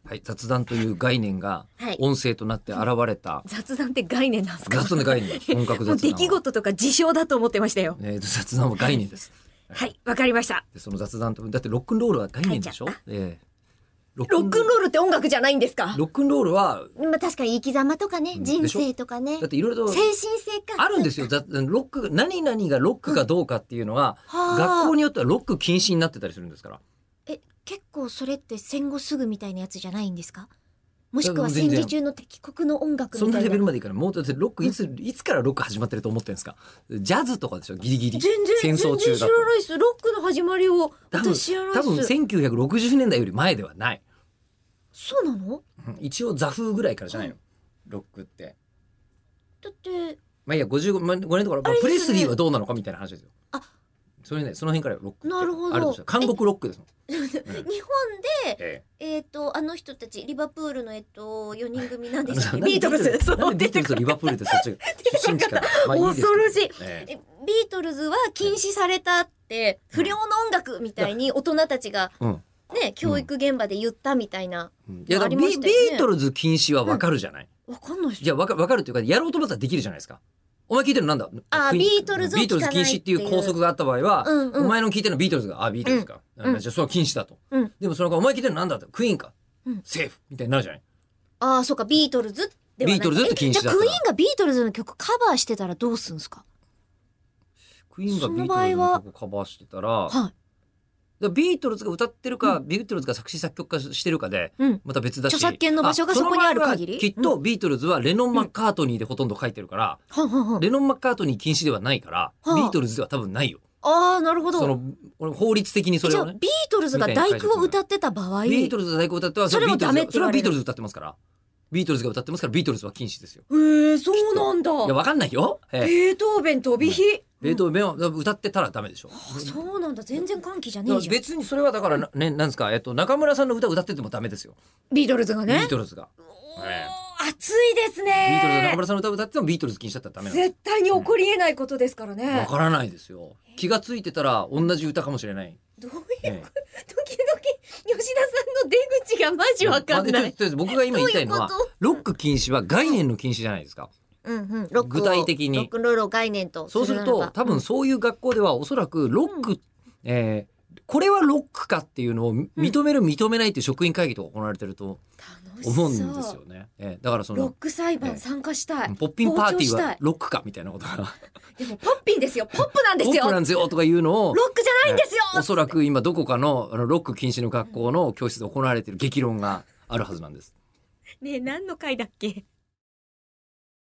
はい、雑談という概念が音声となって現れた、 雑談って概念なんですか？ 雑談の概念、本格雑談はもう出来事とか事象だと思ってましたよ。 雑談は概念です。 はい、わかりました。 でその雑談と、だってロックンロールは概念でしょ。 ロックンロールって音楽じゃないんですか？ ロックンロールは、 まあ確かに生き様とかね、人生とかね。 だっていろいろと精神性か。 あるんですよ。ロック、何々がロックかどうかっていうのは、学校によってはロック禁止になってたりするんですから。 結構それって戦後すぐみたいなやつじゃないんですか？もしくは戦時中の敵国の音楽みたいな。 そんなレベルまでいかない。もうだってロックいつからロック始まってると思ってるんですか？ジャズとかでしょ、ギリギリ。 全然知らないです。ロックの始まりを私知らないです。 多分1960年代より前ではない。 そうなの？ 一応ザ風ぐらいからじゃないの、ロックって。 だってまあいや55年とか、プレスリーはどうなのかみたいな話ですよ。それね、その辺からロックなるほどあるとしたら韓国ロックですもん。 日本で、あの人たちリバプールの4人組なんですよ。ビートルズ。 ビートルズとリバプールってそっち出身地から。 恐ろしい。ビートルズは禁止されたって不良の音楽みたいに大人たちがね、教育現場で言ったみたいな。 いや、ビートルズ禁止はわかるじゃない。 わかんない。 いや、わかるっていうか、やろうと思ったらできるじゃないですか。お前聞いてるのなんだ？ ビートルズを聞かない禁止っていう校則があった場合は、お前の聞いてるのビートルズが、ビートルズか。じゃあそれは禁止だと。でもそのお前聞いてるのなんだって、クイーンか。セーフみたいになるじゃない。 そうか、ビートルズではない。 ビートルズって禁止だった。 じゃあクイーンがビートルズの曲カバーしてたらどうすんすか？ クイーンがビートルズの曲カバーしてたら、ビートルズが歌ってるか、ビートルズが作詞作曲家してるかで、また別だし、 著作権の場所がそこにある限り、 きっとビートルズはレノン・マッカートニーでほとんど書いてるから、レノン・マッカートニー禁止ではないから、ビートルズでは多分ないよ。 なるほど。 その法律的にそれをね。 じゃあビートルズが第九を歌ってた場合、 ビートルズが第九を歌っては、 それもダメって言われる。 それはビートルズ歌ってますから。ビートルズが歌ってますから、ビートルズは禁止ですよ。 そうなんだ。 いや、わかんないよ。 ベートーベン飛び火。 ベートーベンを歌ってたらダメでしょ。 そうなんだ。全然歓喜じゃねえじゃん。 別にそれはだからね、なんですか、中村さんの歌歌っててもダメですよ。 ビートルズがね。 ビートルズが。 熱いですね。 ビートルズ、中村さんの歌歌っててもビートルズ禁止だったらダメなんです。 絶対に起こりえないことですからね。 わからないですよ。気がついてたら同じ歌かもしれない。 どういう、時々吉田さんの出口がマジわかんない。 僕が今言いたいのは、ロック禁止は概念の禁止じゃないですか。具体的にロックンロールを概念とそうすると、多分そういう学校ではおそらくロック、これはロックかっていうのを認める、認めないっていう職員会議とか行われてると思うんですよね。だからそのロック裁判参加したい。 ポッピンパーティーはロックかみたいなことがでもポッピンですよ、ポップなんですよ、 ポップなんですよとかいうのを、 ロックじゃないんですよ、 おそらく今どこかのロック禁止の学校の教室で行われている激論があるはずなんです。 ねえ、何の会だっけ？